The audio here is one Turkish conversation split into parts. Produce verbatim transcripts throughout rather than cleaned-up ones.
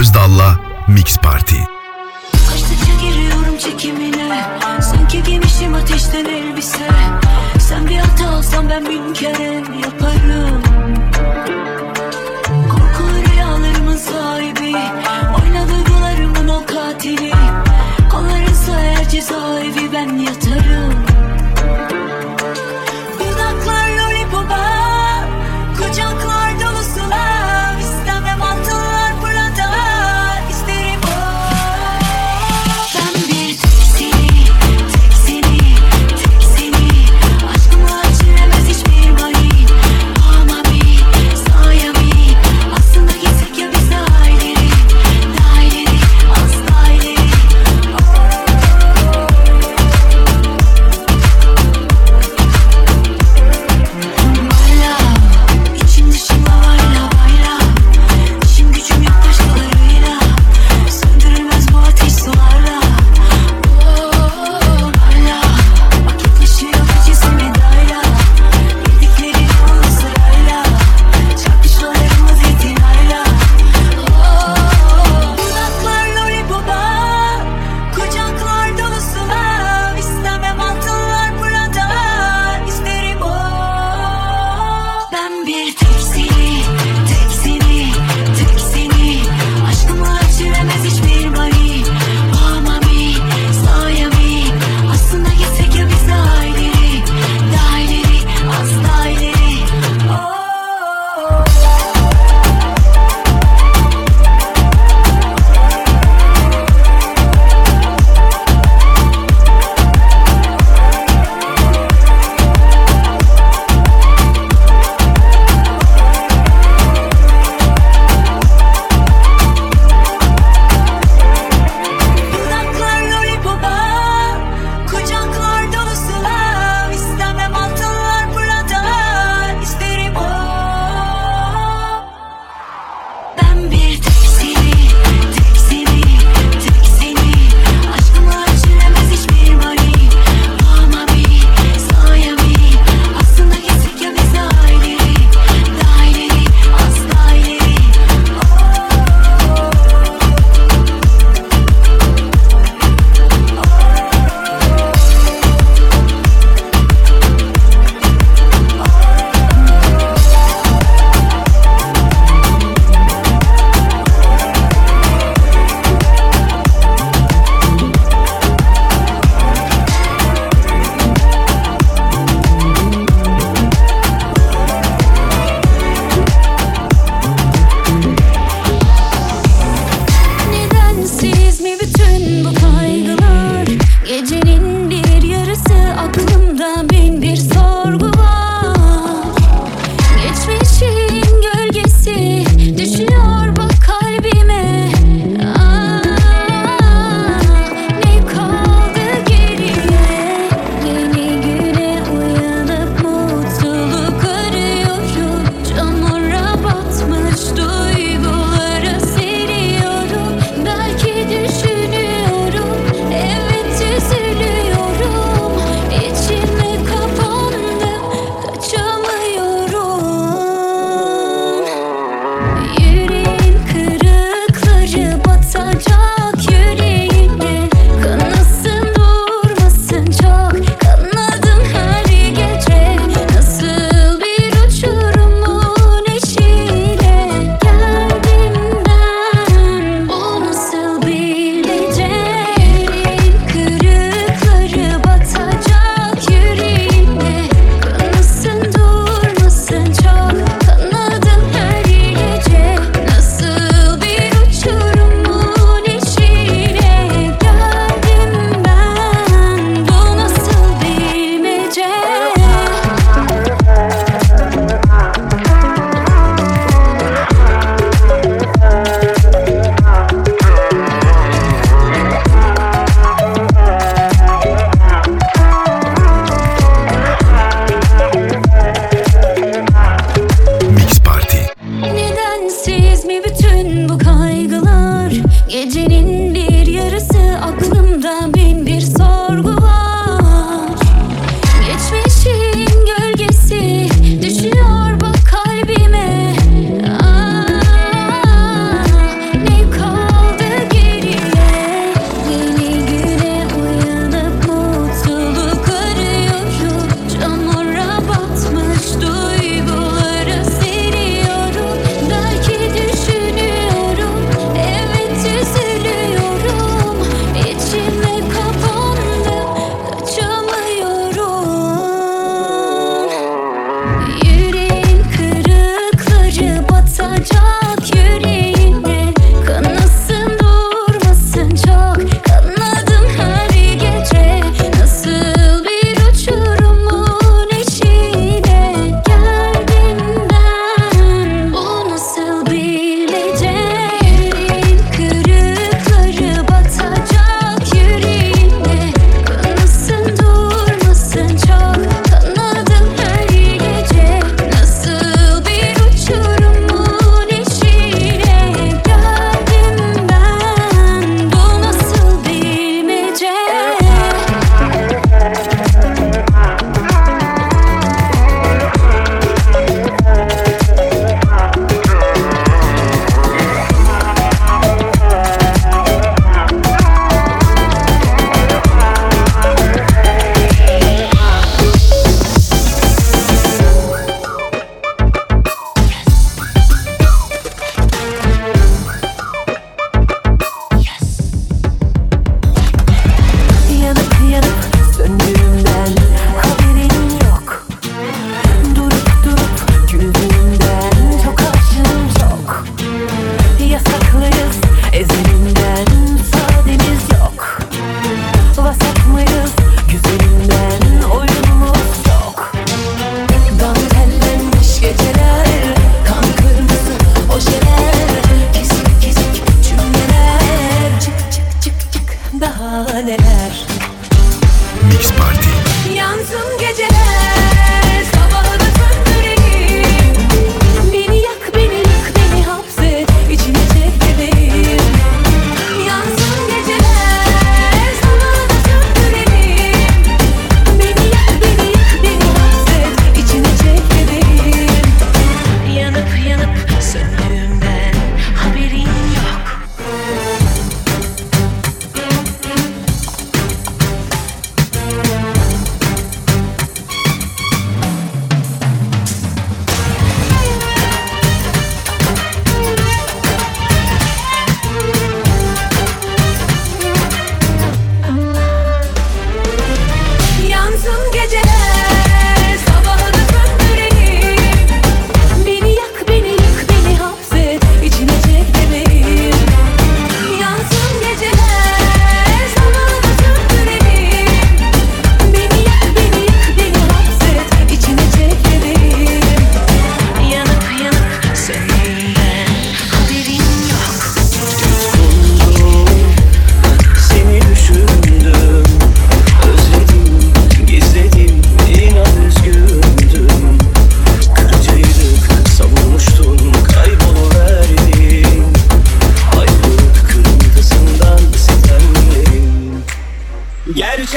Özdal'la Mix Party. Kaçtıkça giriyorum çekimine, sanki giymişim ateşten elbise. Sen bir hata alsan ben bin kere yaparım. Korkulu rüyalarımın sahibi, oyna duygularımın o katili. Kollarınsa eğer cezaevi ben yatarım. Dudaklar lollipopa, kucaklar dolusu lav. İstemem altınlar burada, isterim o. Ben bir tek seni, tek seni, tek seni. Aşkımla açılamaz hiçbir mani. Mami, sayami. Aslında gitsek ya biz daha ileri, daha ileri, az daha ileri.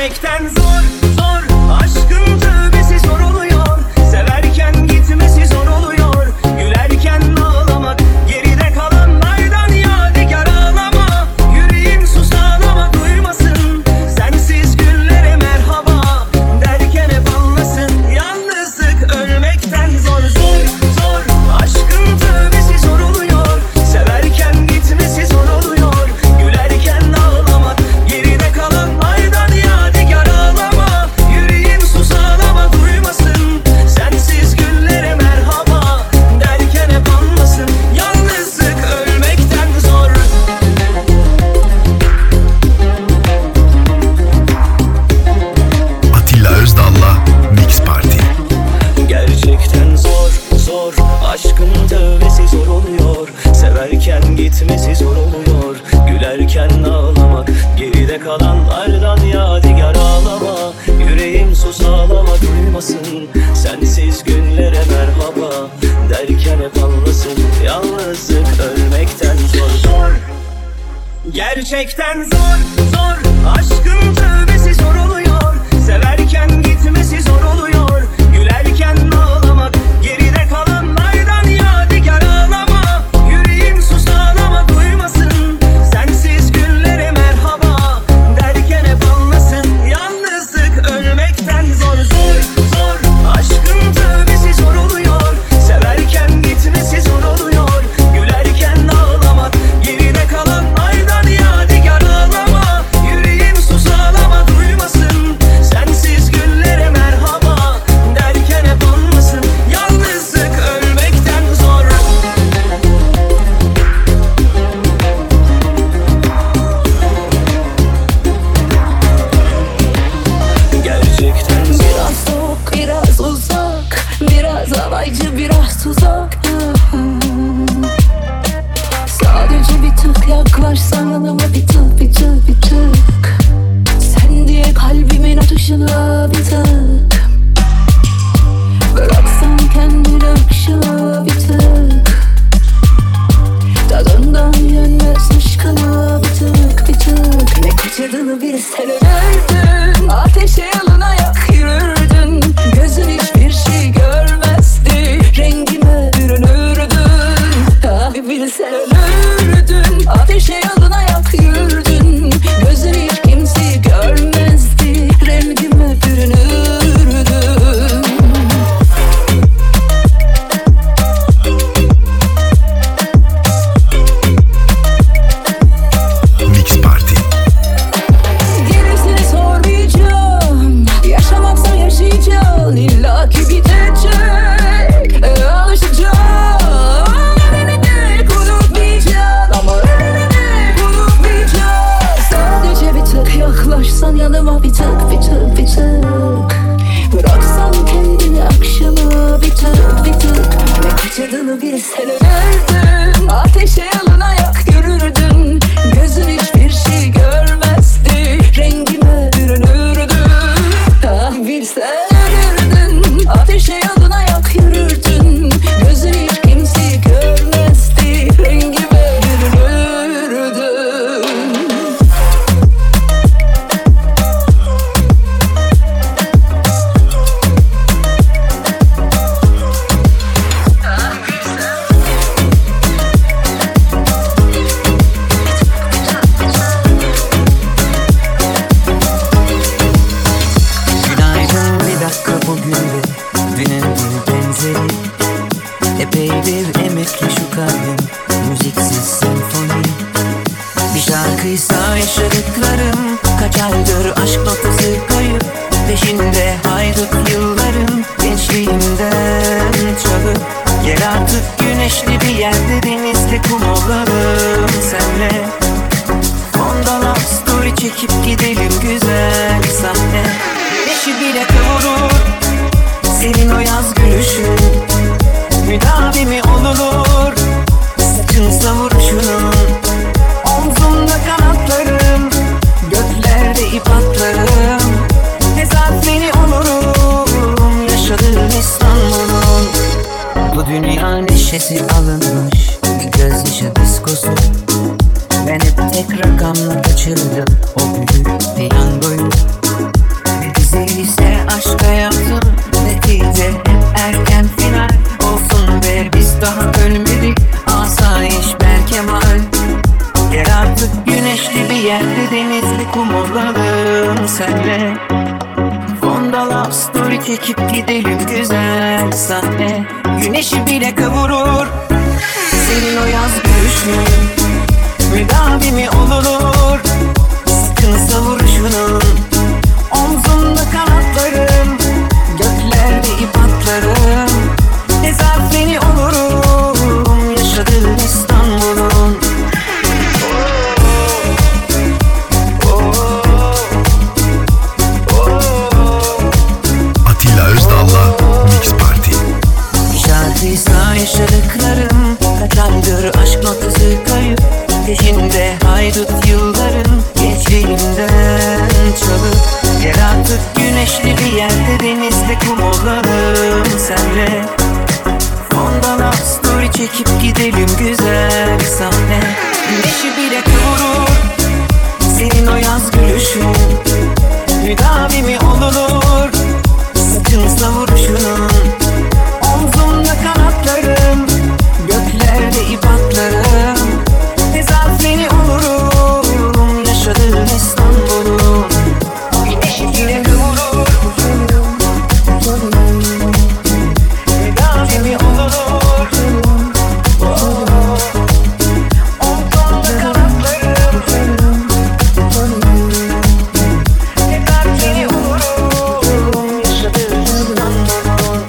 Gerçekten zor, zor. Aşkın tövbesi zor oluyor. Severken gitmesi zor oluyor. Gülerken ağlamak, geride kalanlardan yadigar ağlama. Yüreğim sus ağlama duymasın. Sensiz günlere merhaba derken hep anlasın. Yalnızlık ölmekten zor, zor, zor. Aşkın tövbesi zor oluyor. Severken gitmesi zor oluyor. Gülerken ağlamak, geride kalanlardan yadigar ağlama. Yüreğim sus ağlama duymasın. Sensiz günlere merhaba derken hep anlasın. Yalnızlık ölmekten zor. Atilla Özdal'la Mix Party. Gerçekten zor, zor. Aşkın tövbesi zor oluyor. Severken gitmesi zor oluyor. Gülerken ağlamak, geride kalanlardan yadigar ağlama. Yüreğim sus ağlama duymasın. Sensiz günlere merhaba derken hep anlasın. Yalnızlık ölmekten zor, zor. Gerçekten zor, zor. Aşkın tövbesi zor oluyor. Severken gitmesi zor oluyor. Gülerken ağlamak, geride kalanlardan yadigar ağlama. Yüreğim sus ağlama duymasın. Sensiz günlere merhaba derken hep anlasın. Yalnızlık ölmekten zor, zor, zor. Aşkın tövbesi zor oluyor. Severken gitmesi zor oluyor. Gülerken ağlamak, geride kalanlardan yadigar ağlama. Yüreğim sus ağlama duymasın. Sensiz günlere merhaba derken hep anlasın. Yalnızlık ölmekten zor. Gerçekten zor. Biraz soğuk, biraz uzak, biraz alaycı, biraz tuzak. Sadece bir tık yaklaşsan yanıma, bir tık, bir tık, bir tık. Sen diye kalbimin atışına bir tık. Bıraksan kendini akışına bir tık. Tadından yenmez aşkına bir tık, bir tık. Ne kaçırdığını bir sen ölürdün. Ateşe yalına yak yürürdün. Gözün hiçbir şey görmezdi. Rengime bürünürdün. Ah bir bilsen ölürdün. Ateşe yalına yak yürürdün. Gözün hiç kimseyi görmezdi. Rengime bürünürdün. Mix Party. Gerisini sormayacağım. Yaşamaksa yaşayacaksın. İlla ki bitecek. E, alışacağım. Elini de unutmayacaksın. Ama elini de unutmayacaksın. Sadece bir tık yaklaşsan yanıma, bir tık, bir tık, bir tık. Bıraksan kendini akşama, bir tık, bir tık. Ne kaçırdığını bir sen ölürdün. Ateşe yalına yak yürürdün. Gözün hiçbir şey görmezdi. Rengime bürünürdün. Ah bilsen ölürdün. Ateşe yalına yak yürürdün. Gözün hiç kimseyi görmezdi. Rengime bürünürdün. Günaydın bir dakika bugün de dünün bir benzeri. Epeydir emekli şu kalbim, müziksiz senfoni. Bir şarkıysa yaşadıklarım, kaç aydır aşk notası kayıp. Peşinde haydut yıllarım, gençliğimden çalıp. Gel artık güneşli bir yerde, denizli kum olalım senle. Fonda love story çekip gidelim güzel sahne. Güneşi bile kıvırır senin o yaz gülüşün. Müdavimi olur saçın savuruşunun. Omzumda kanatlarım, göklerde ip atlarım. Hezarfeni olurum yaşadığım İstanbul'un. Bu dünya neşesi alınmış bir gözyaşı diskosu. Ben hep tek rakamla kaçırdım o büyük piyangoyu. Değilse aşka yaptım netice hep erken final olsun be, biz daha ölmedik, asayiş berkemal. Gel artık güneşli bir yerde, denizli kum olalım senle. Fonda love story çekip gidelim güzel sahne. Güneşi bile kavurur senin o yaz gülüşün, müdavimi olur sakın savuruşunun. Omzumda kanatlarım, göklerde ip atlarım, ezafeni olurum yaşadığım İstanbul'un. Atilla Özdal'la Mix Party. Şarkıysa yaşadıklarım, kaç aydır aşk notası kayıp, peşinde haydut yılların gençliğimden çalıp. Gel artık güneşli bir yerde, denizde kum olalım senle. Fonda love story çekip gidelim güzel sahne. Güneşi bile kıvırır senin o yaz gülüşün, müdavimi olur sakın savuruşunun. Omzumda kanatlarım, göklerde ip atlarım, ezafeni olurum yaşadığım İstanbul'un. Güneşi bile kıvırır müdavimi olur. Omzumda kanatlarım, ezafeni olurum yaşadığım İstanbul'un.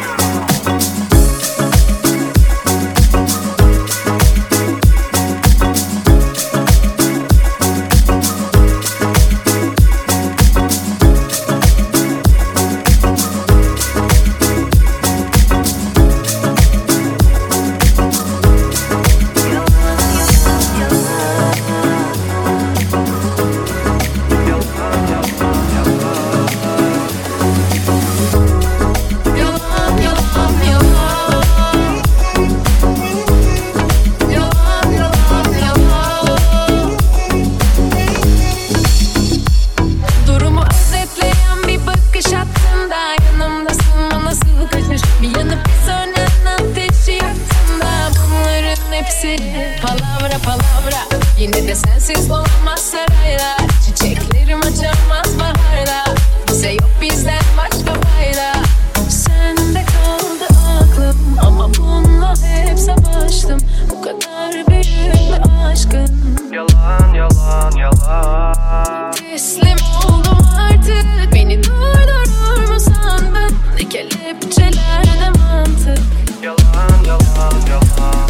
Durumu özetleyen bir bakış attın da yanımdasın, bu nasıl kaçış? Bir yanıp bir sönen ateşi yaktın da bunların hepsi palavra palavra. Yine de sensiz olamaz saraylar, çiçeklerim açamaz baharda. Bize yok bizden başka fayda. Sende kaldı aklım ama bununla hep savaştım. Bu kadar büyük bir aşkın. Yalan yalan yalan. Teslim oldum artık, beni durdurur mu sandın? Ne kelepçelerde mantık. Yalan yalan yalan.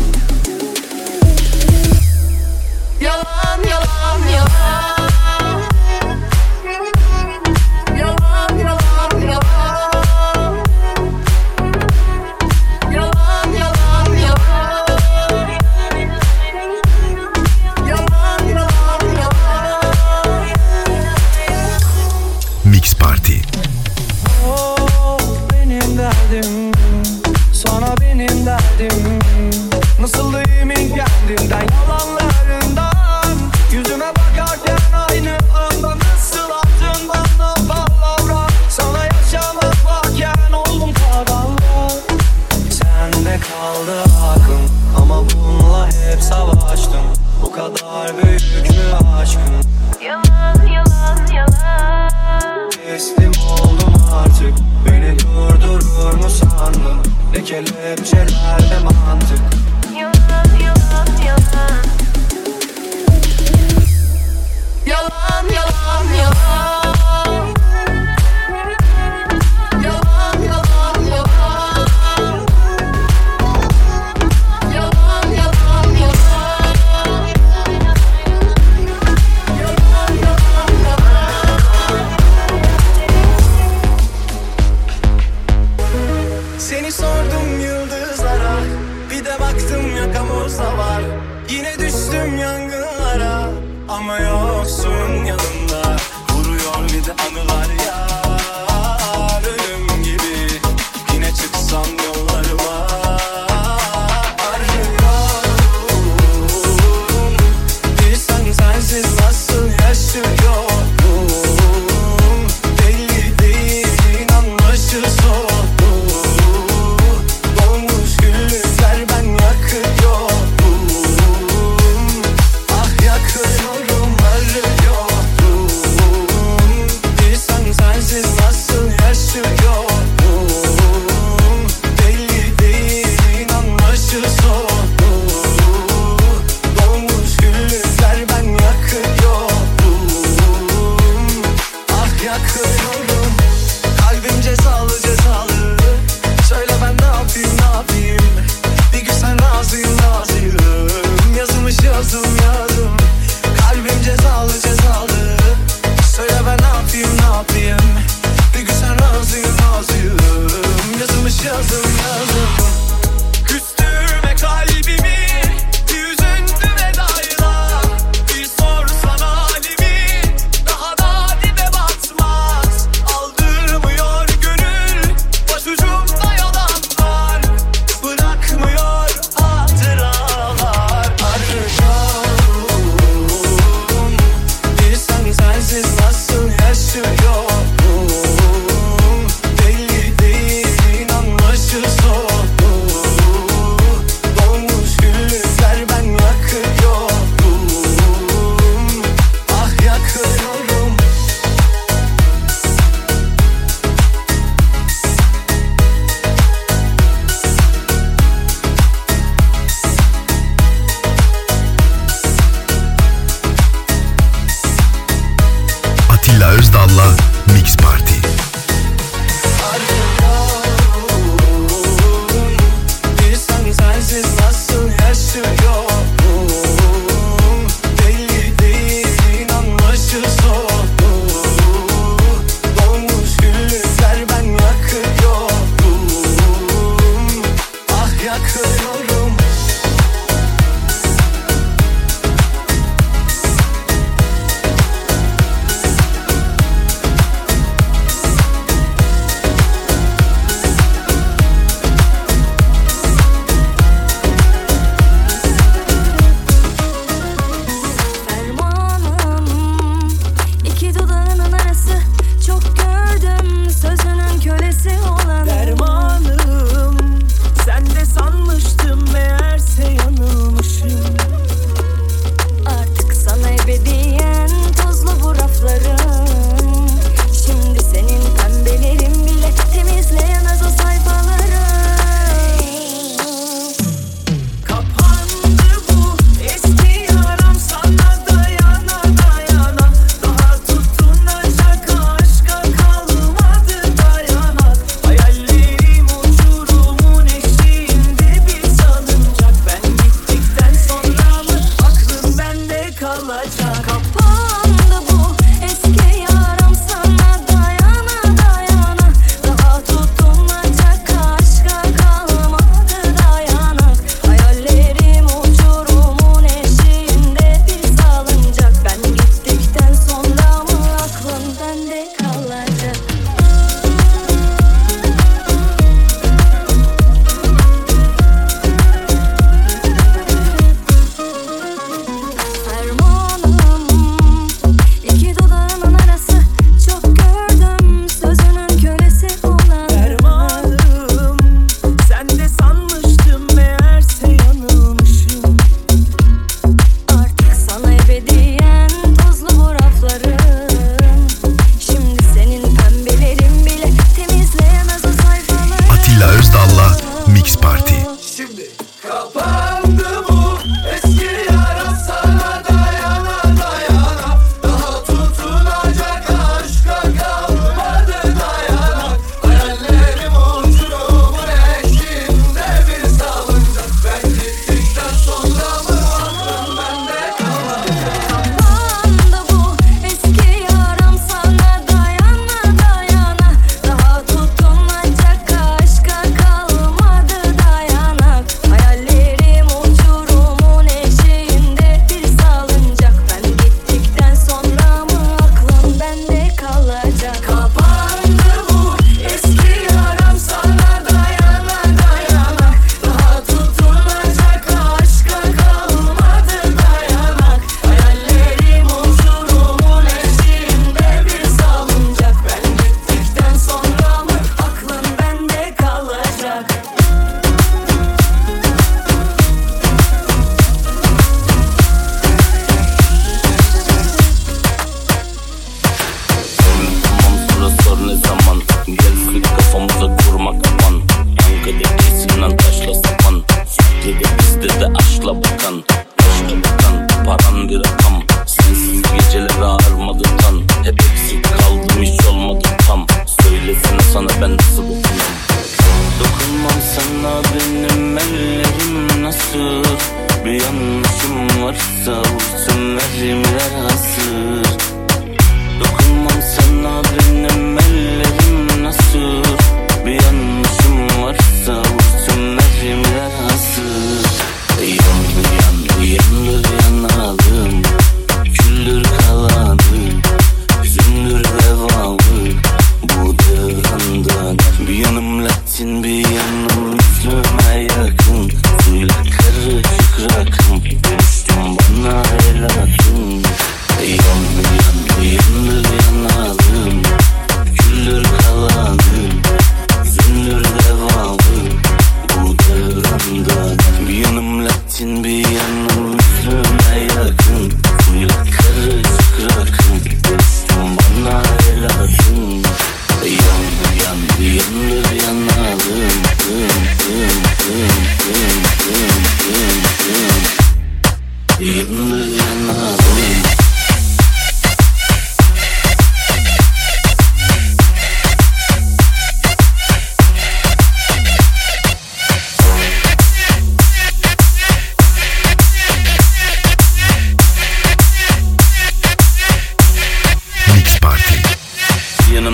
Yalan yalan yalan. Yalan yalan yalan. Yalan yalan yalan. Yalan yalan yalan. Mix Party. Oh, benim derdim, sana benim derdim. Nasıl emin kendimden, yalanlarından. Yüzüme bakarken aynı anda nasıl attın bana palavra. Sana yaşamak varken oldum kadavra. Sende kaldı aklım ama bununla hep savaştım. Bu kadar büyük mü aşkın? Yalan yalan yalan. Teslim oldum artık, beni durdurur mu sandın? Ne kelepçelerde mantık. Yalan yalan yalan. Yalan yalan yalan. Yalan yalan yalan. Yalan yalan yalan. Yalan yalan yalan. Seni sordum yıldızlara, bir de baktım yakamızda var. Yine düştüm yangınlara ama yoksun yanımda. Vuruyor bir de anılar ya, ölüm gibi. Yine çıksam yollarıma arıyorum. Bilsen sensiz nasıl yaşıyorum belli değil. yakıyorum.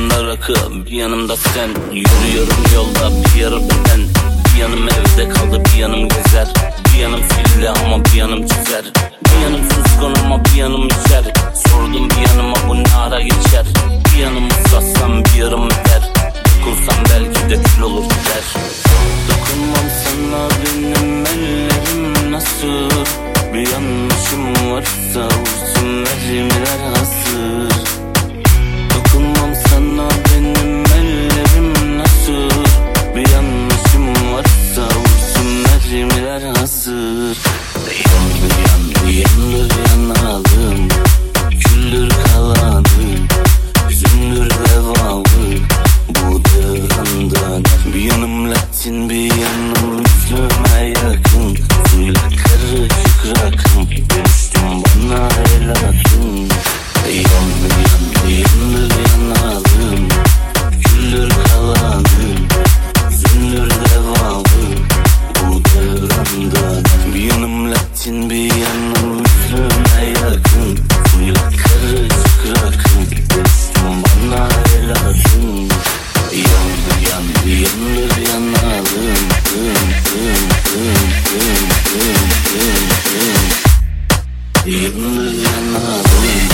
rakı, bir yanımda sen. Yürüyorum yolda, bir yarım ben. Bir yanım evde kaldı, bir yanım gezer. Bir yanım filli ama bir yanım çizer. Bir yanım suskun ama bir yanım içer. Sordum bir yanıma bu ne ara geçer. Bir yanımı satsam bir yarım eder. Dokunsan belki de kül olur gider. Dokunmam sana benim ellerim nasıl. Bir yanlışım varsa vursun mermiler hazır. Dokunmam sana benim ellerim nasıl. Bir yanlışım varsa vursun mermiler hazır. Yandır yandır yandır yanalım. Küldür kalanım. Hüzündür vevalı. Bu devranda bir yanım Latin bir yanım Müslüme yakın. Suyla karışık rakım. Dönüştüm bana el atın. Yandır yandır yandır yanalım. Küldür kalanım. Hüzündür vevalı. Bu devranda bir yanım Latin bir yanım Müslüme yakın. Suyla karışık rakım. Dönüştüm bana el atın. Yandır yandır yandır yanalım. Hım hım hım hım hım hım hım. Yandır yanalım.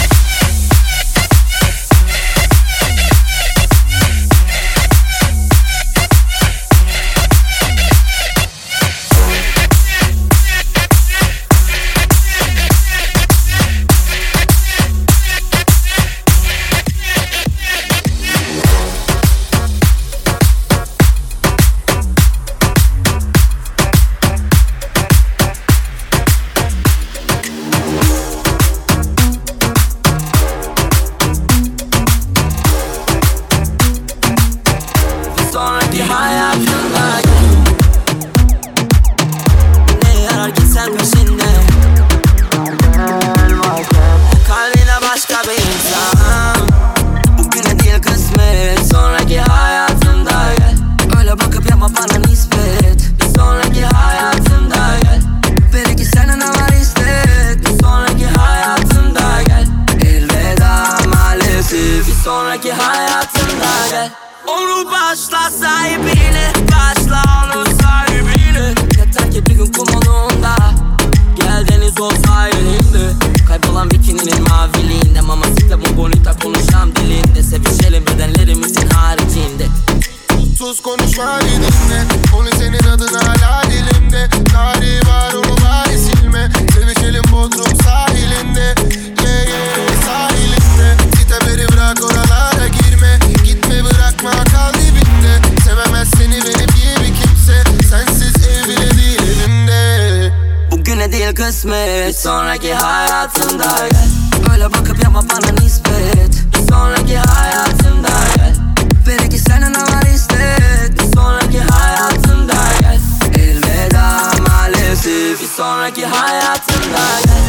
Sonraki hayatımda gel. Öyle bakıp yapma bana nispet. Bir sonraki hayatımda gel. Belki senin var istek. Bir sonraki hayatımda gel. Elveda maalesef. Bir sonraki hayatımda gel.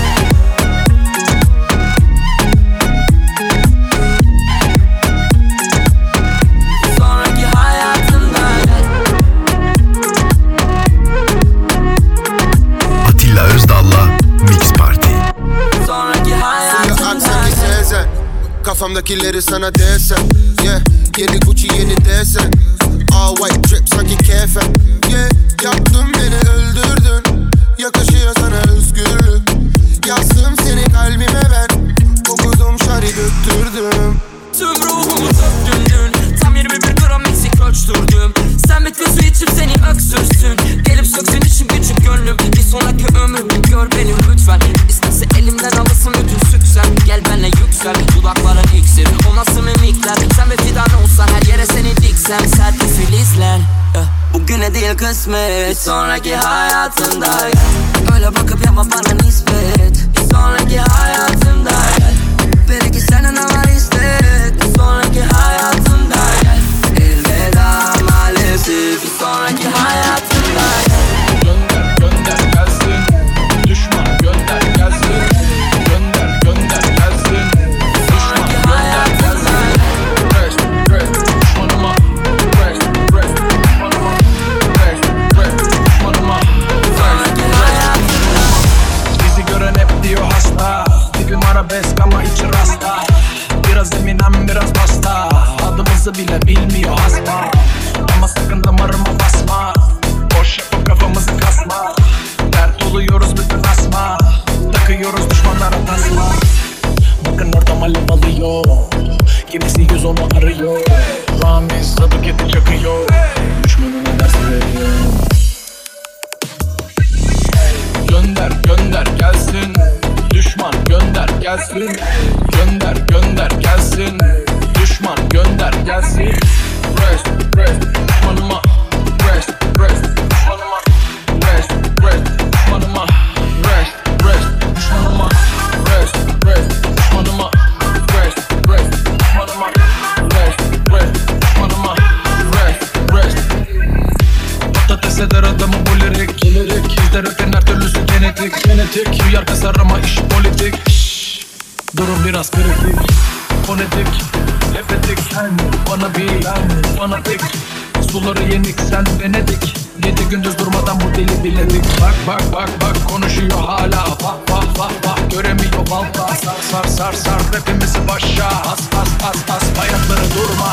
Bir sonraki hayatımda gel. Atilla Özdal'la Mix Party. Kafamdakileri sana desem, yeah. Yeni Gucci yeni desen. All white drip sanki kefen, yeah. Yaptın beni öldürdün. Yakışıyor sana özgürlük. Yazdım seni kalbime ben. Okudum şari döktürdüm. Tüm ruhumu döktün dün. Tam yirmi bir gram eksik ölçtürdüm. Sen bitme su içip seni öksürsün. Gelip söksün için küçük gönlüm. Bir sonraki ömrümü gör beni lütfen. İsterse elimden alırsın bütün süksem. Gel benle yüksel, dudakların iksir. O nasıl mimikler. Sen bir fidan olsan her yere seni diksem. Sert bir filizlen. Bugüne değil kısmet. Bir sonraki hayatımda gel. Öyle bakıp yapma bana nispet. Bir sonraki hayatımda gel. Belki senin var istek. Bir sonraki hayatımda gel. Elveda maalesef. Bir sonraki hayatımda gel. Gönder gönder gelsin. Düşman gönder gelsin. Gönder gönder gelsin. Düşman gönder gelsin. Rest rest düşmanıma. Rest rest düşmanıma. Rest rest düşmanıma. Rest rest. Bizi gören hep diyor hasta. Tipim arabesk ama içi rasta. Biraz Eminem biraz basta. Adımızı bile bilmiyor asla. Ama sakın damarıma basma. Boş yapıp kafamızı kasma. asla. Bakın ortam alev alıyor, kimisi yüz onu arıyor. Ramiz Zaduket'i çakıyor, düşmanına ders veriyor. Gönder gönder gelsin, düşman gönder gelsin. Gönder gönder gelsin, düşman gönder gelsin. Rest rest düşmanıma, rest rest düşmanıma, rest rest düşmanıma, rest rest düşmanıma, rest rest düşmanıma, rest rest düşmanıma, rest rest düşmanıma, rest rest. Patates eder adamı bu lirik, lirik. Bizde rapin her türlüsü genetik, genetik. Uyar kasar ama iş politik. Şşş, durum biraz kritik, fonetik, efetik. Sen bana bir, ben fanatik. Suları yenik, sen Venedik. Gece gündüz durmadan bu deli biledik. Bak bak bak bak konuşuyor hala. Bak bak bak bak göremiyor balta. Sar sar sar sar rapimizi başa. As as as as bayrakları durma.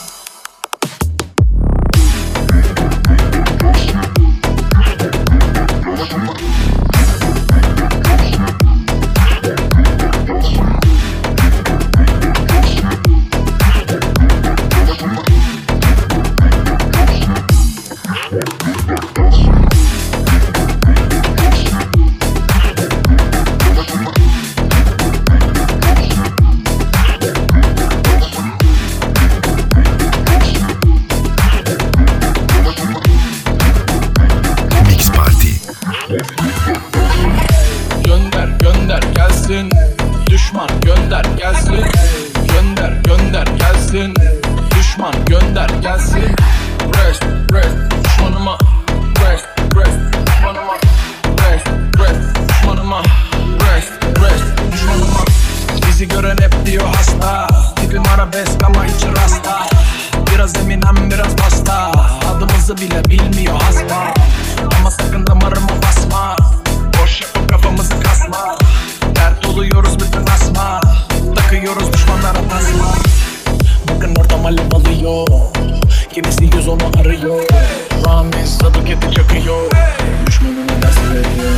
Düşman gönder gelsin, gönder gönder gelsin. Düşman gönder gelsin. Rest rest düşmanıma, rest rest düşmanıma, rest rest düşmanıma, rest rest düşmanıma. Bizi gören hep diyor hasta, tipim arabesk ama hiç rasta. Biraz Eminem biraz basta, adımızı bile bilmiyor asla. Ama sakın damarıma basma, boş yapıp kafamızı kasma. Dert oluyoruz bütün asma, takıyoruz düşmanlara tasma. Bakın ortam alev alıyor, kimisi yüz onu arıyor. Ramiz Zaduket'i çakıyor, düşmanına ders veriyor.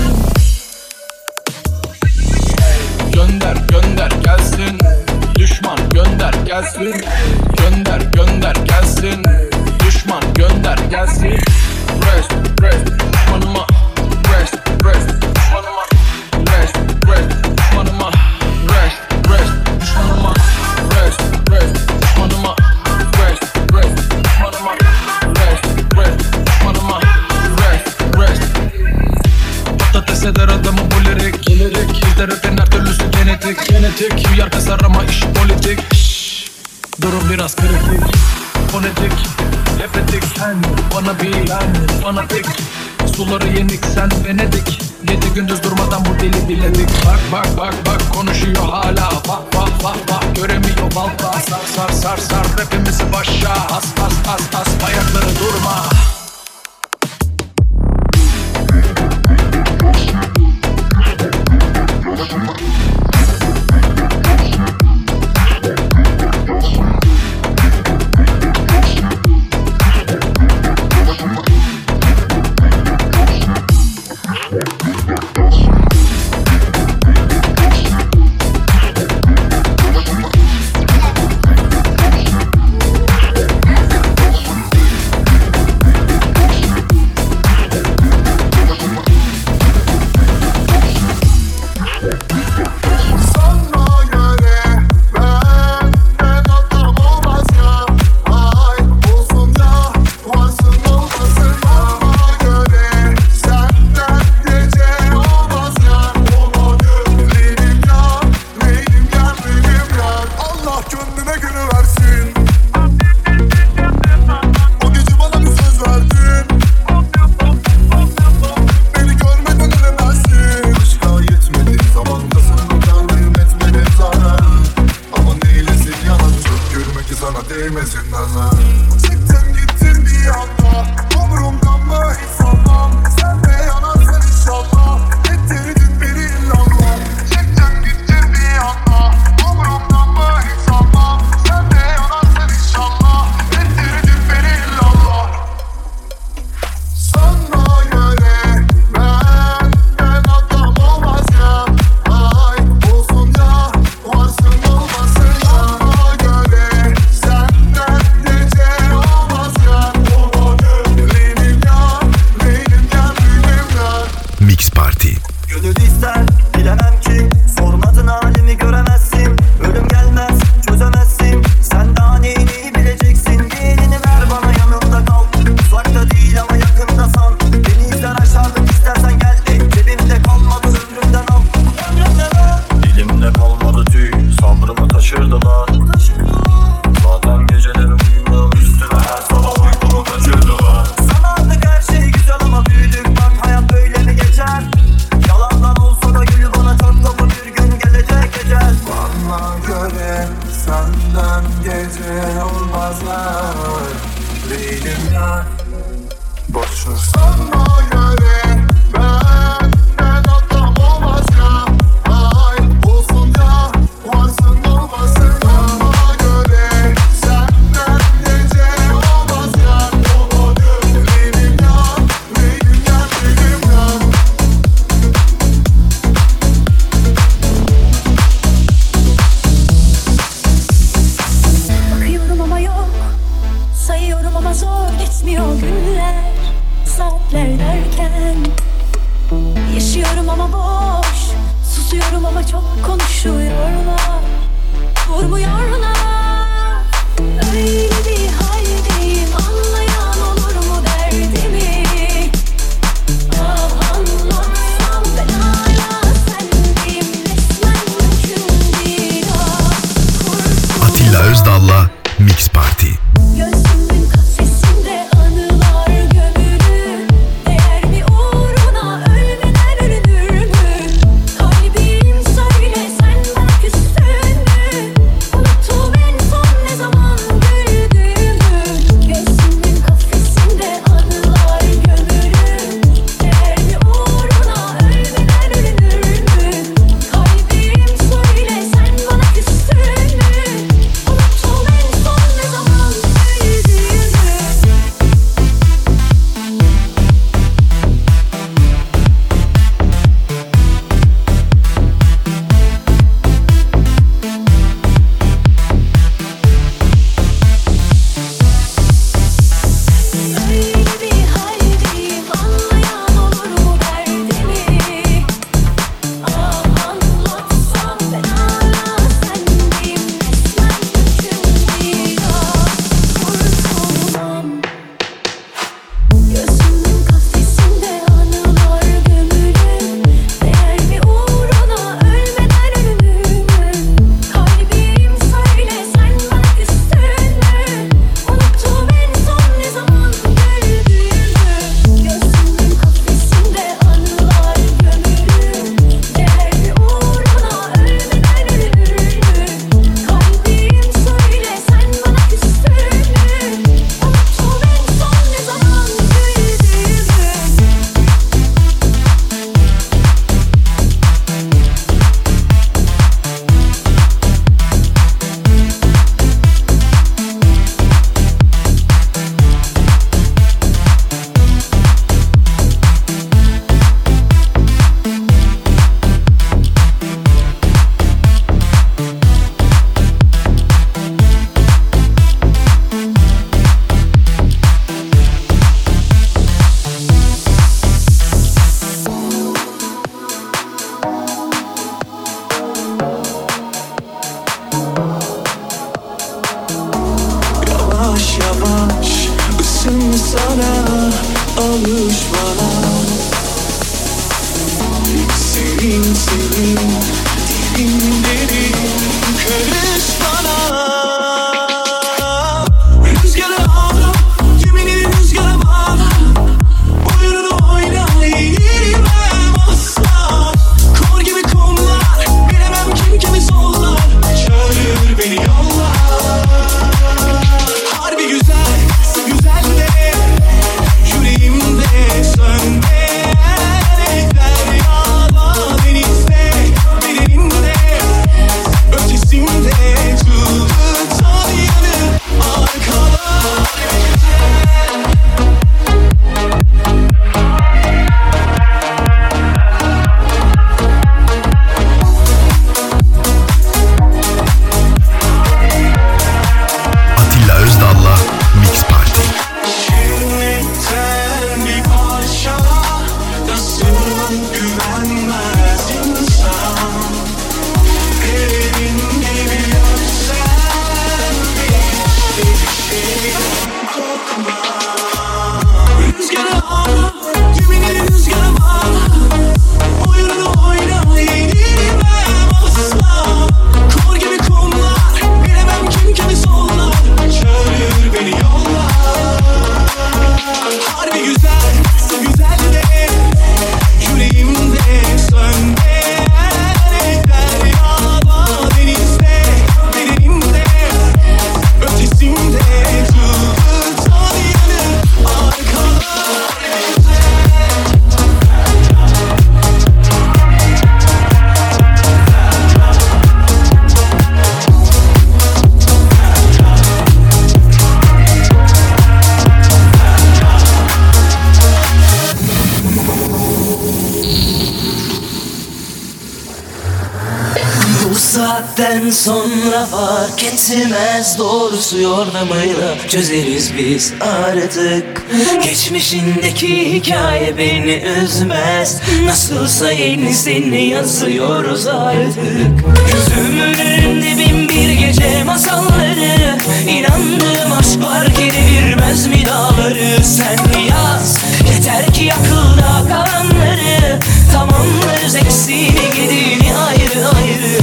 Gönder gönder gelsin, düşman gönder gelsin. Gönder gönder gelsin, düşman gönder gelsin. Rest rest düşmanıma, rest rest düşmanıma, rest rest düşmanıma, rest rest düşmanıma, rest rest düşmanıma, rest rest düşmanıma, rest rest düşmanıma, rest rest. Patates eder adamı bu lirik, lirik. Bizde rapin her türlüsü genetik, genetik. Uyar kasar ama iş politik. Şşş, durum biraz kritik, fonetik, efetik. Sen bana bir, ben fanatik. Suları yenik, sen Venedik. Gece gündüz durmadan bu deli biledik. Bak bak bak bak konuşuyor hala. Bak bak bak bak göremiyor balta. Sar sar sar sar rapimizi başa. As as as as bayrakları durma. Olmasın, olmasın bana göre. Senden gece olmaz. Mix Party. Gönül ister bilemem ki, sormadın halimi göremezsin. Ölüm gelmez çözemezsin, sen daha neyini bileceksin. Bir elini ver bana, yanımda kal. Uzakta değil ama yakında san. Beni izler aşağıdan istersen gel. Ey, cebimde kalmadı ömrümden al. Dilimde kalmadı tüy, sabrımı taşırdılar. Zaten gecelerim uyumam üstüme, her sabah uykumu kaçırdılar. Sanardık her şey güzel ama büyüdük, bak hayat böyle mi geçer? Yalandan olsa da gül bana çok kapı, bir gün gelecek ecel. Bana göre senden gece olmazlar. Değilim ya, boşver. Sana göre benden adam olmaz ya. Ay olsun ya, varsın olmasın ya. Bana göre senden gece olmaz ya. Değilim ya, değilim ya, değilim ya. Bakıyorum ama yok, sayıyorum ama zor geçmiyor günler, saatler derken. Yaşıyorum ama boş, susuyorum ama çok konuşuyorlar, vurmuyorlar. Öyle bir haldeyim, anlayan olur mu derdimi? Ah anlatsam ben hala sendeyim, resmen mümkün değil. Ah Atilla Özdal'la Mix Party. gözümün kafesinde anılar gömülü. Değer mi uğruna ölmeden ölünür mü? Kalbim söyle, sen bana küstün mü? Unuttum en son ne zaman güldüğümü. Gözümün kafesinde anılar gömülü. Değer mi uğruna ölmeden ölünür mü? Kalbim söyle, sen bana küstün mü? Unuttum en son ne zaman güldüğümü. Öyle bir haldeyim, anlayan olur mu derdimi? Ah anlatsam ben hala sendeyim, resmen mümkün değil. Ah kurtulmam. Gözümün kafesinde anılar gömülü. Değer mi uğruna ölmeden ölünür mü? Kalbim söyle, sen bana küstün mü? Unuttum en son ne zaman güldüğümü. Gözümün kafesinde anılar gömülü. Değer mi uğruna ölmeden ölünür mü? Kalbim söyle, sen bana küstün mü? Unuttum en son ne zaman Yavaş yavaş ısınsana, alış bana. Senin senin derin derin karış bana. Rüzgara ağla, gemini rüzgara bağla. Oyununu oyna, yenilmem asla. Kor gibi kumlar, bilemem kim kimi sollar. Çağırır beni yollar. Harbi güzel, güzel de yüreğimde sönmeyen deryada, denizde, bedeninde, ötesinde. saatten sonra fark etmez, doğrusu yordamıyla çözeriz biz artık. Geçmişindeki hikaye beni üzmez, nasılsa yenisini yazıyoruz artık. Gözümün önünde bin bir gece masalları, İnandığım aşk var ki devirmez mi dağları. Sen yaz, yeter ki akılda kalanları, tamamlarız eksiğini gediğini ayrı ayrı.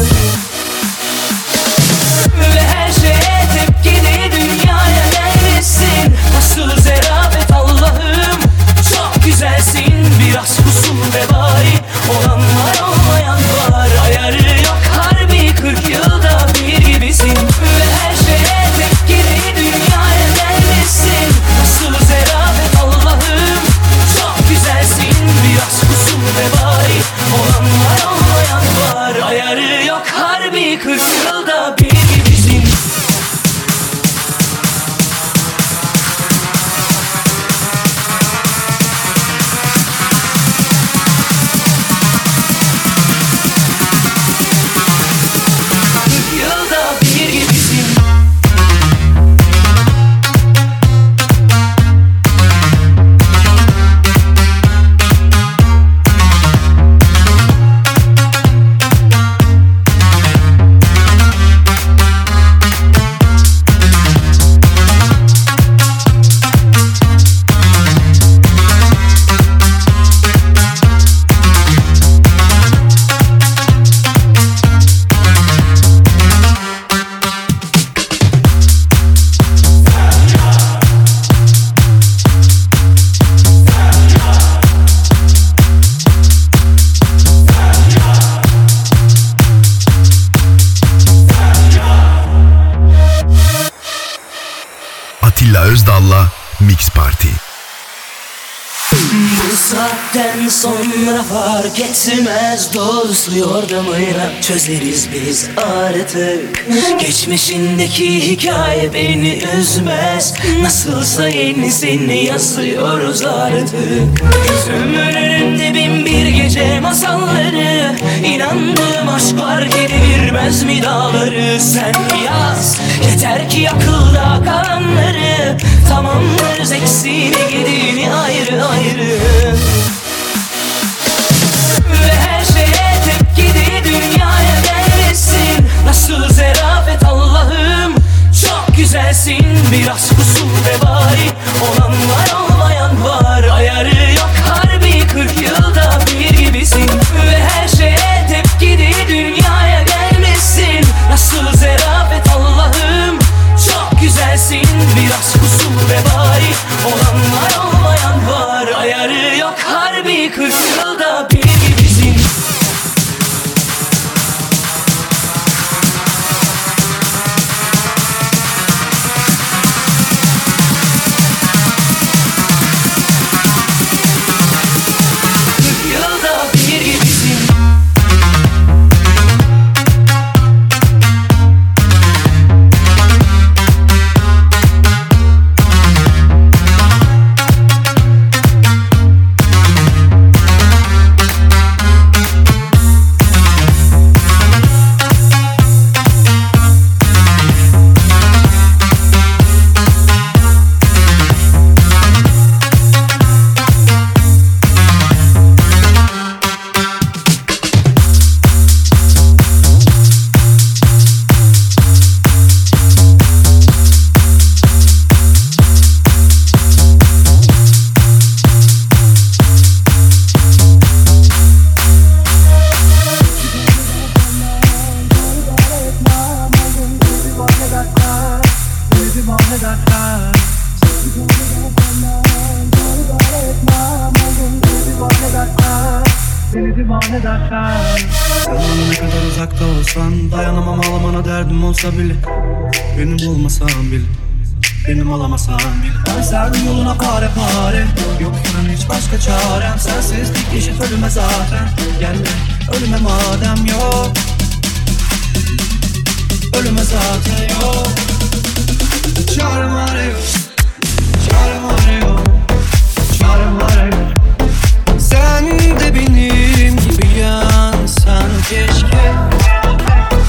Ve her şeye tepkide dünyaya gelmesin, nasıl zerafet Allah'ım, çok güzelsin. Biraz kusur ve bari, olan var olmayan var, ayarı yok harbi kırk yılda bir gibisin. Ve her şeye tepkide dünyaya gelmesin, nasıl zerafet Allah'ım, çok güzelsin. Biraz kusur ve bari, olan var olmayan var, ayarı yok harbi kırk yılda bir gibisin. Atilla Özdal'la Mix Party. Bu saatten sonra fark etmez, doğrusu yordamıyla çözeriz biz artık. Geçmişindeki hikaye beni üzmez, nasılsa yenisini yazıyoruz artık. Gözümün önünde bin bir gece masalları, İnandığım aşk var ki devirmez mi dağları. Sen yaz, yeter ki akılda kalanları, tamamlarız eksiğini gediğini ayrı ayrı. Ve her şeye tepkide dünyaya gelmesin, nasıl zerafet Allah'ım, çok güzelsin. Biraz kusur ve bari, olan var olmayan var, ayarı yok harbi kırk yılda bir gibisin. Ve her şeye tepkide dünyaya gelmesin, nasıl zerafet Allah'ım, çok güzelsin. Biraz kusur ve bari, olan var olmayan var, ayarı yok harbi kırk yılda bir gibisin. Kırk yılda bir gibisin. Yanımda ne kadar uzakta olsan, dayanamam ağlamana, derdim olsa bile benim olmasan bile, benim olamasan bile. Ben serdim yoluna pare pare, yok inan hiç başka çarem. Sensizlik eşit ölüme zaten, gelme ölüme madem yok, ölüme zaten yok. Çarem arıyor, çarem arıyor, çarem arıyor. Sen de benim gibi yansan keşke.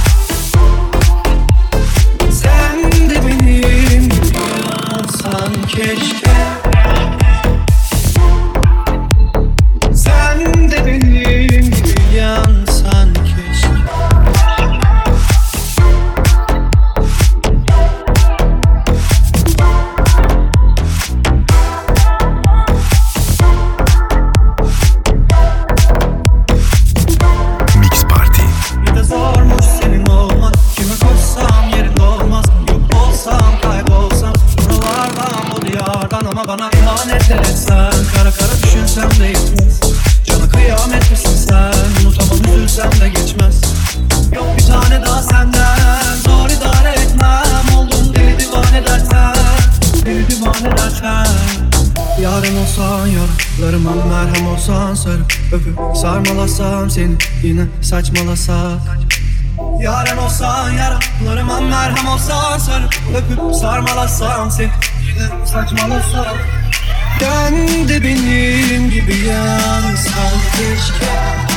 olsan yaralarıma merhem olsan sarıp öpüp sarmalasam seni yine saçmalasak. Yaren olsan yaralarıma merhem olsan sarıp öpüp sarmalasam seni yine saçmalasak. Sen de benim gibi yansan keşke.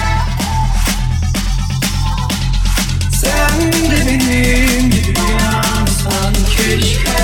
Sen de benim gibi yansan keşke.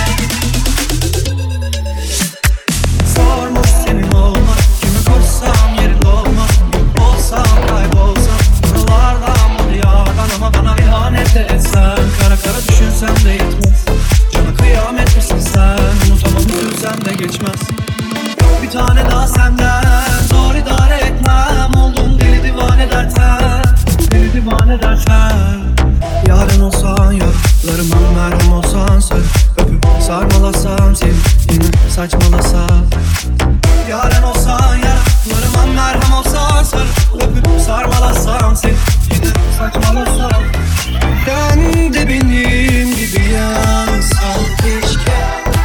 Sormuş senin olmak, kimi koşsam yerin olmaz. Olsam kaybolsam buralardan bu diyardan, ama bana ihanet de etsen, kara kara düşünsem de yetmez. Cana kıyamet misin sen, unutamam üzülsem de geçmez. Bir tane daha senden zor idare etmem. Oldum deli divane dersen, deli divane dersen. Yaren olsan yaralarıma merhem olsan sarıp öpüp sarmalasam seni yine saçmalasak. Yaren olsan yaralarıma merhem olsan sarıp öpüp sarmalasam seni yine saçmalasak. Sen de benim gibi yansan keşke.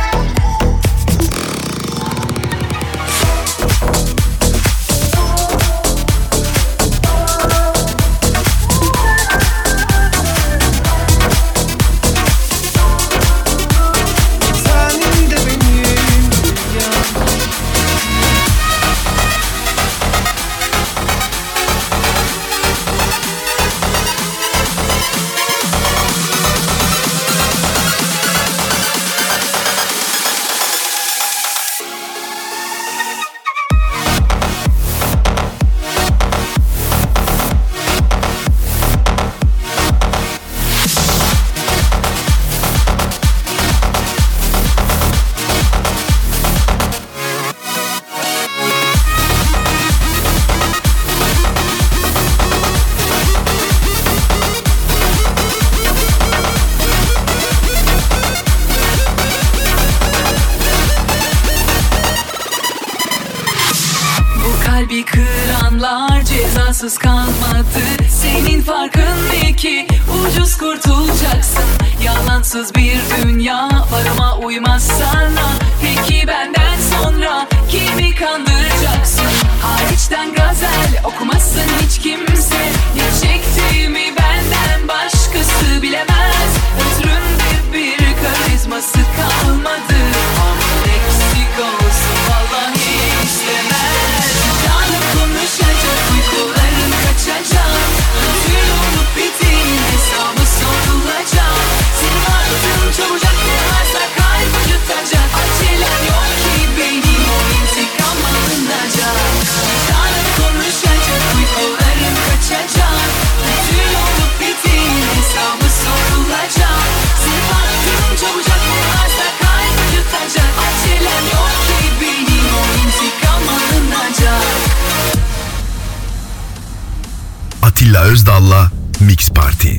Kalbi kıranlar cezasız kalmadı. Senin farkın ne ki? Ucuz kurtulacaksın. Yalansız bir dünya var ama uymaz sana. Peki benden sonra kimi kandıracaksın? Hariçten gazel okumazsın hiç kimse. Ne çektiğimi benden başkası bilemez. Ötründe bir karizması kalmadı. Ama eksik olsun vallahi istemez. Konuşacak, uykuların kaçacak. Bütün olup bittiğin hesabı sorulacak. Senin aklın çabucak ne varsa kalp acıtacak. Acelen yok ki benim o intikam alınacak. Tanrım konuşacak, uykuların kaçacak. Bütün olup bittiğin hesabı sorulacak. Senin aklın çabucak ne varsa kalp acıtacak. Acelen yok ki benim o intikam alınacak. Atilla Özdal'la Mix Party.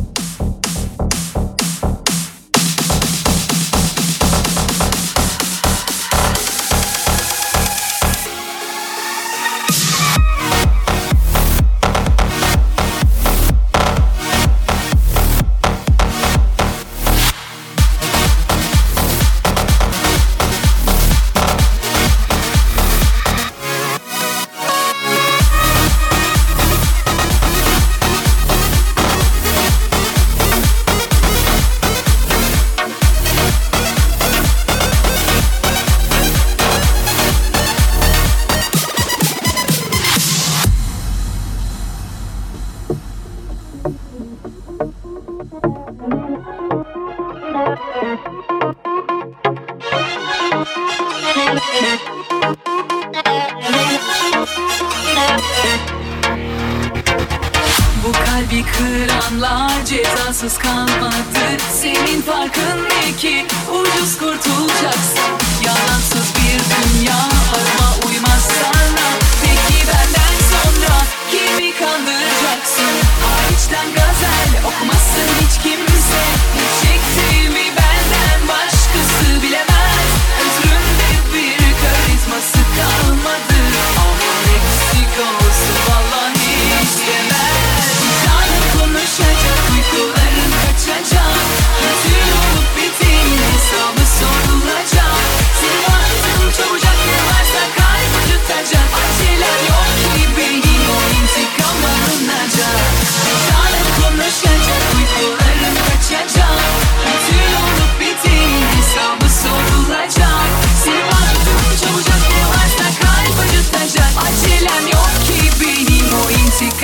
Bu kalbi kıranlar cezasız kalmadı. Senin farkın ne ki? Ucuz kurtulacaksın. Yalansız bir dünya var ama uymaz sana. Peki benden sonra kimi kandıracaksın? Hariçten gazel okumazsın hiç kimse. Ne çektiğimi benden başkası bilemez. Ötründe bir karizması kalmadı. Ama eksik olsun vallahi istemez. Tanrım konuşacak, uykuların kaçacak. Bütün olup bittiğin hesabı sorulacak. Senin aklın çabucak ne varsa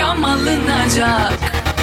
intikam alınacak.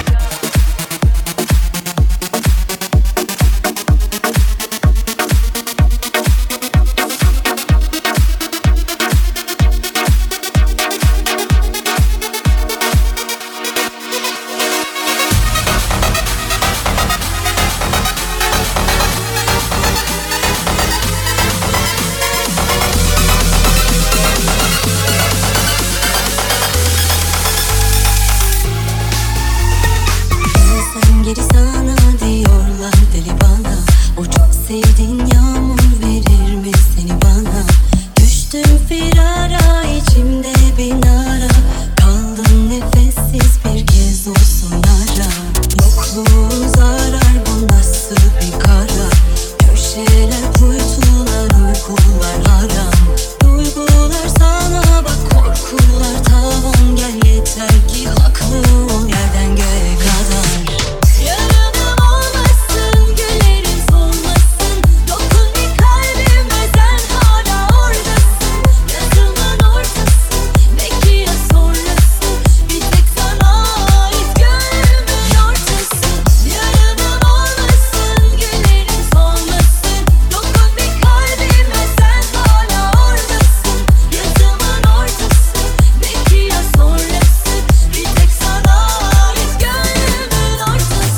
Geri sana diyorlar deli bana. O çok sevdiğin yağmur verir mi seni bana? Düştüm firara içimde bin ara. Kaldım nefessiz bir kez olsun ara. Yokluğun zarar bu nasıl bir karar? Köşeler kuytular uykular haram. Duygular sana bak korkular tavan. Gel yeter ki haklı ol yerden göğe kadar. Yaranım olmasın, gülerim solmasın. Dokun bir kalbime sen hala oradasın. Yazımın ortası, belki ya sonrası. Bir tek sana ait gönlümün ortası. Yaranım olmasın, gülerim solmasın. Dokun bir kalbime sen hala oradasın. Yazımın ortası, belki ya sonrası. Bir tek sana ait gönlümün ortası.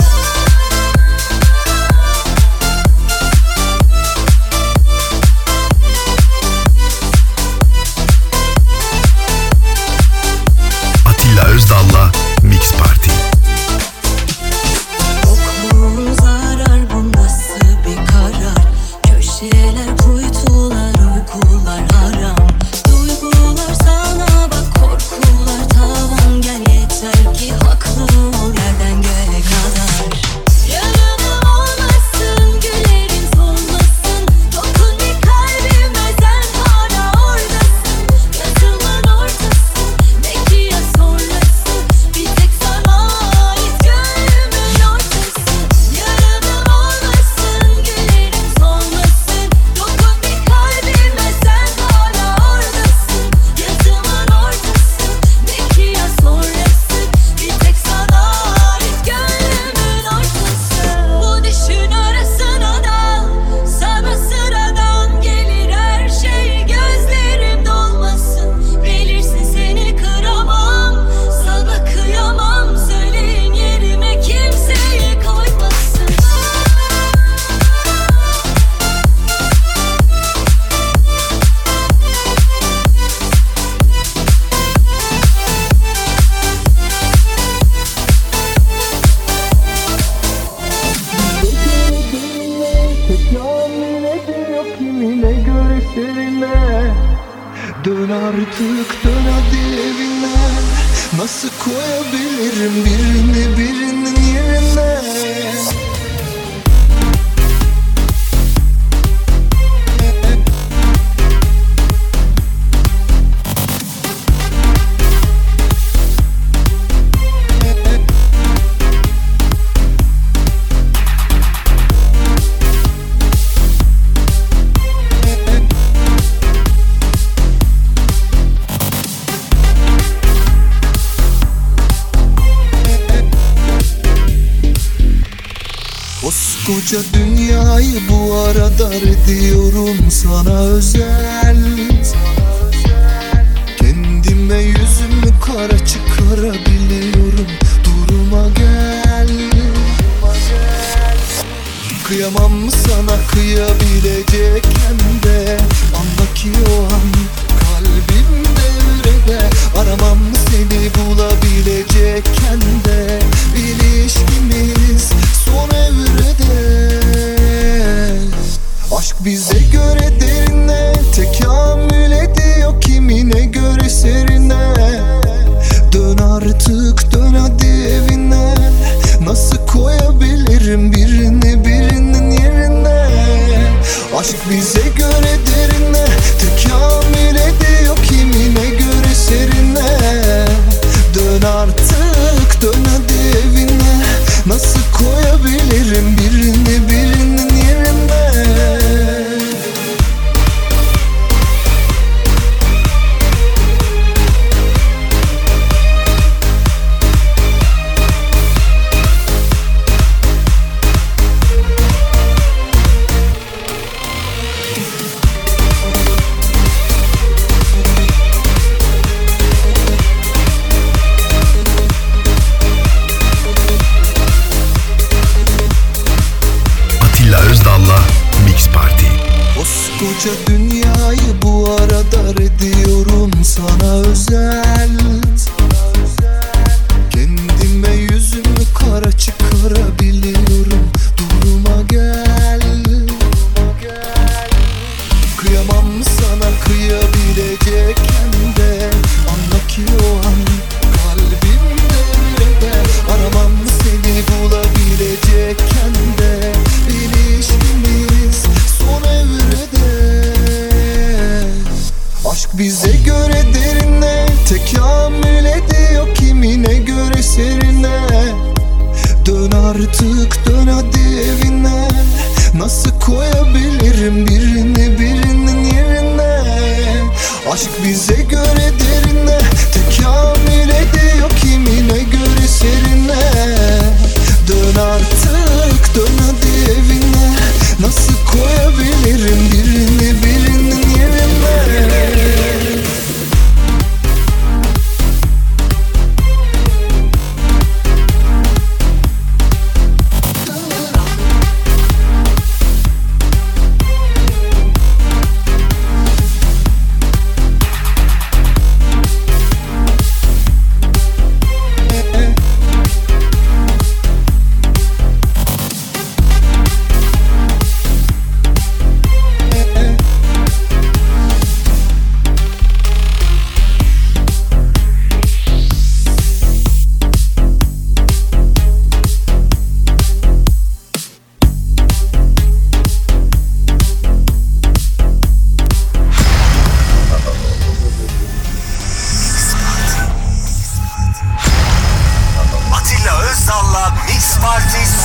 Atilla Özdal'la Mix Party. Yokluğun zarar bu nasıl bir karar? Köşeler kuytular uykular haram. Duygular sana bak korkular tavan. Gel yeter ki haklı ol yerden göğe kadar. Yalanım olmasın, gülerim solmasın. Dokun bir kalbime sen hala oradasın. Yazımın ortası, belki ya sonrası. Bir tek sana ait gönlümün ortası. Yalanım olmasın, gülerim solmasın. Dokun bir kalbime sen hala oradasın. Yazımın ortası, belki ya sonrası. Bir tek sana ait gönlümün ortası. Bu düşün arasına dal, sana sıradan gelir her şey. Gözlerim dolmasın, bilirsin seni kıramam. Sana kıyamam, söyleyin yerime kimseyi koymasın. Kimine göre serine. Dön artık dön hadi evine. Nasıl koyabilirim birini birinin yerine? Koskoca dünyayı bu arada ediyorum sana özel. Kendime yüzümü kara çıkarabiliyorum. Duruma gel. Kıyamam mı sana kıyabilecekken de? Anla ki o an kalbim devrede. Aramam mı seni bulabilecekken de? İlişkimiz son evrede. Aşk bize göre derine, tekamül ediyor kimine göre serine. Dön artık dön hadi evine. Nasıl koyabilirim birini birinin yerine? Aşk bize Koca dünyayı bu arada ediyorum sana özel. Kendime yüzümü kara çıkarabiliyorum. Duruma gel. Kıyamam sana kıyabilecekken de anla ki o an kalbimde de aramam seni bulabilecekken de ilişkimiz son evrede. Aşk bize göre derine tekamül ediyor, kimine göre serine. Dön artık dön hadi evine. Nasıl koyabilirim birini birinin yerine? Aşk bize göre derine tekamül ediyor, kimine göre serine. Dön artık dön hadi evine. Nasıl koyabilirim birini birinin yerine? Atilla Özdal'la Mix Party